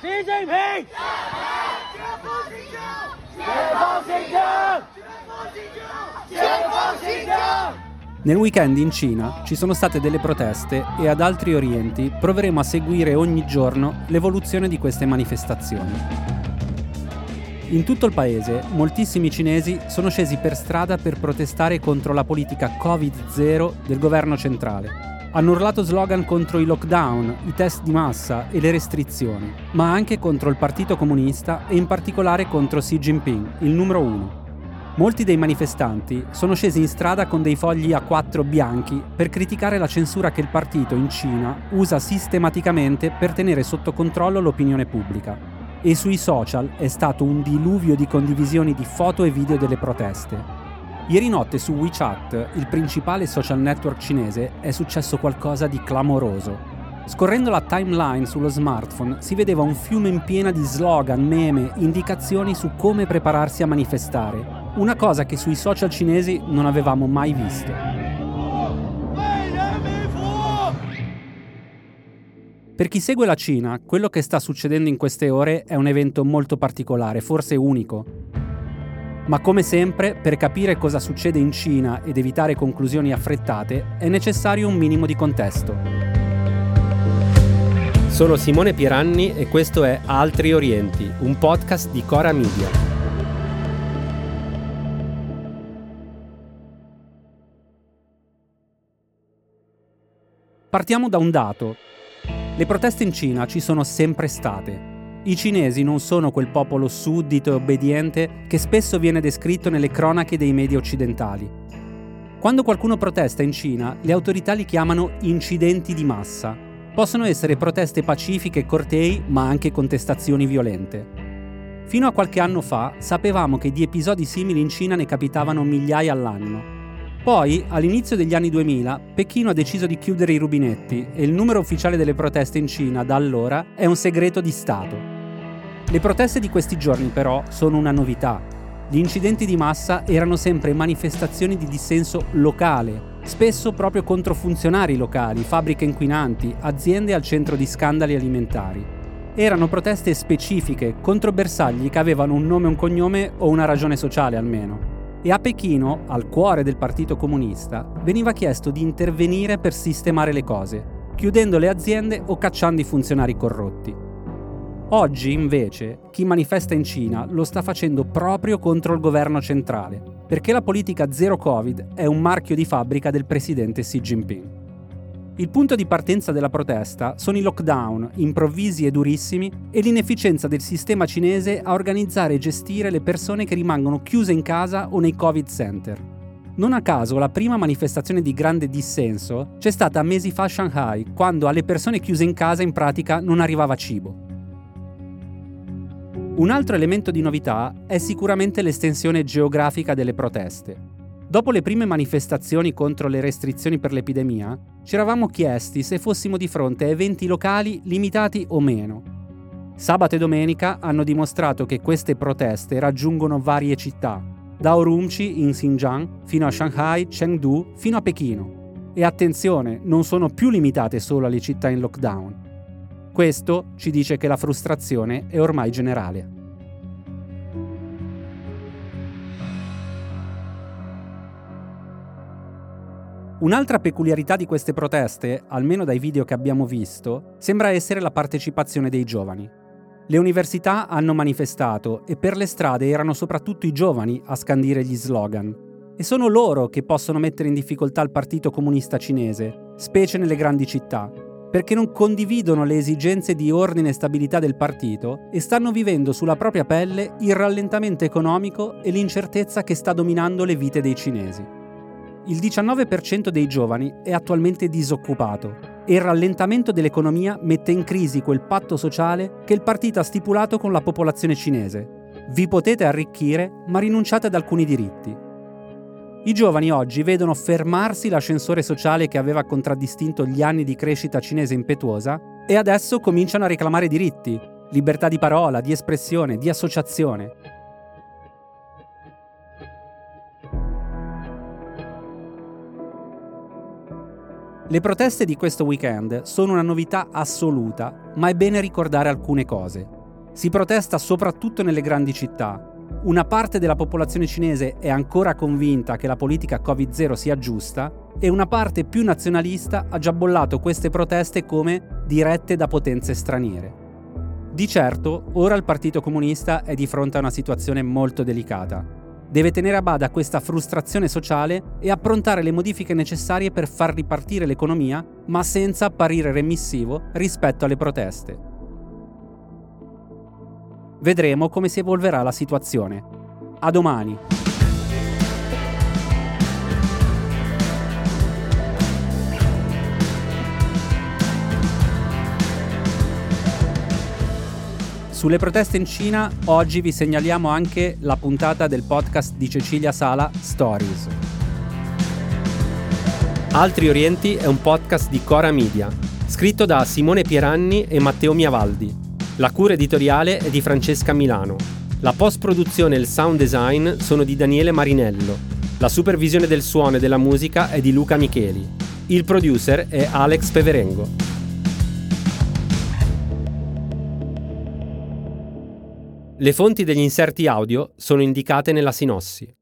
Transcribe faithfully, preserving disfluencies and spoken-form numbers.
Xi Jinping! Nel weekend in Cina ci sono state delle proteste e ad altri orienti proveremo a seguire ogni giorno l'evoluzione di queste manifestazioni. In tutto il paese, moltissimi cinesi sono scesi per strada per protestare contro la politica covid zero del governo centrale. Hanno urlato slogan contro i lockdown, i test di massa e le restrizioni, ma anche contro il Partito Comunista e in particolare contro Xi Jinping, il numero uno. Molti dei manifestanti sono scesi in strada con dei fogli A quattro bianchi per criticare la censura che il partito in Cina usa sistematicamente per tenere sotto controllo l'opinione pubblica. E sui social è stato un diluvio di condivisioni di foto e video delle proteste. Ieri notte su WeChat, il principale social network cinese, è successo qualcosa di clamoroso. Scorrendo la timeline sullo smartphone si vedeva un fiume in piena di slogan, meme, indicazioni su come prepararsi a manifestare. Una cosa che sui social cinesi non avevamo mai visto. Per chi segue la Cina, quello che sta succedendo in queste ore è un evento molto particolare, forse unico. Ma come sempre, per capire cosa succede in Cina ed evitare conclusioni affrettate, è necessario un minimo di contesto. Sono Simone Pieranni e questo è Altri Orienti, un podcast di Cora Media. Partiamo da un dato. Le proteste in Cina ci sono sempre state. I cinesi non sono quel popolo suddito e obbediente che spesso viene descritto nelle cronache dei media occidentali. Quando qualcuno protesta in Cina, le autorità li chiamano incidenti di massa. Possono essere proteste pacifiche e cortei, ma anche contestazioni violente. Fino a qualche anno fa sapevamo che di episodi simili in Cina ne capitavano migliaia all'anno. Poi, all'inizio degli anni duemila, Pechino ha deciso di chiudere i rubinetti e il numero ufficiale delle proteste in Cina da allora è un segreto di Stato. Le proteste di questi giorni però sono una novità. Gli incidenti di massa erano sempre manifestazioni di dissenso locale, spesso proprio contro funzionari locali, fabbriche inquinanti, aziende al centro di scandali alimentari. Erano proteste specifiche contro bersagli che avevano un nome, un cognome o una ragione sociale almeno. E a Pechino, al cuore del Partito Comunista, veniva chiesto di intervenire per sistemare le cose, chiudendo le aziende o cacciando i funzionari corrotti. Oggi, invece, chi manifesta in Cina lo sta facendo proprio contro il governo centrale, perché la politica zero Covid è un marchio di fabbrica del presidente Xi Jinping. Il punto di partenza della protesta sono i lockdown, improvvisi e durissimi, e l'inefficienza del sistema cinese a organizzare e gestire le persone che rimangono chiuse in casa o nei Covid center. Non a caso la prima manifestazione di grande dissenso c'è stata mesi fa a Shanghai, quando alle persone chiuse in casa in pratica non arrivava cibo. Un altro elemento di novità è sicuramente l'estensione geografica delle proteste. Dopo le prime manifestazioni contro le restrizioni per l'epidemia, ci eravamo chiesti se fossimo di fronte a eventi locali limitati o meno. Sabato e domenica hanno dimostrato che queste proteste raggiungono varie città, da Urumqi in Xinjiang fino a Shanghai, Chengdu fino a Pechino. E attenzione, non sono più limitate solo alle città in lockdown. Questo ci dice che la frustrazione è ormai generale. Un'altra peculiarità di queste proteste, almeno dai video che abbiamo visto, sembra essere la partecipazione dei giovani. Le università hanno manifestato e per le strade erano soprattutto i giovani a scandire gli slogan. E sono loro che possono mettere in difficoltà il Partito Comunista Cinese, specie nelle grandi città, perché non condividono le esigenze di ordine e stabilità del partito e stanno vivendo sulla propria pelle il rallentamento economico e l'incertezza che sta dominando le vite dei cinesi. Il diciannove per cento dei giovani è attualmente disoccupato e il rallentamento dell'economia mette in crisi quel patto sociale che il partito ha stipulato con la popolazione cinese. Vi potete arricchire, ma rinunciate ad alcuni diritti. I giovani oggi vedono fermarsi l'ascensore sociale che aveva contraddistinto gli anni di crescita cinese impetuosa e adesso cominciano a reclamare diritti, libertà di parola, di espressione, di associazione. Le proteste di questo weekend sono una novità assoluta, ma è bene ricordare alcune cose. Si protesta soprattutto nelle grandi città. Una parte della popolazione cinese è ancora convinta che la politica covid zero sia giusta e una parte più nazionalista ha già bollato queste proteste come dirette da potenze straniere. Di certo, ora il Partito Comunista è di fronte a una situazione molto delicata. Deve tenere a bada questa frustrazione sociale e approntare le modifiche necessarie per far ripartire l'economia, ma senza apparire remissivo rispetto alle proteste. Vedremo come si evolverà la situazione. A domani! Sulle proteste in Cina, oggi vi segnaliamo anche la puntata del podcast di Cecilia Sala, Stories. Altri Orienti è un podcast di Cora Media, scritto da Simone Pieranni e Matteo Miavaldi. La cura editoriale è di Francesca Milano. La post-produzione e il sound design sono di Daniele Marinello. La supervisione del suono e della musica è di Luca Micheli. Il producer è Alex Peverengo. Le fonti degli inserti audio sono indicate nella sinossi.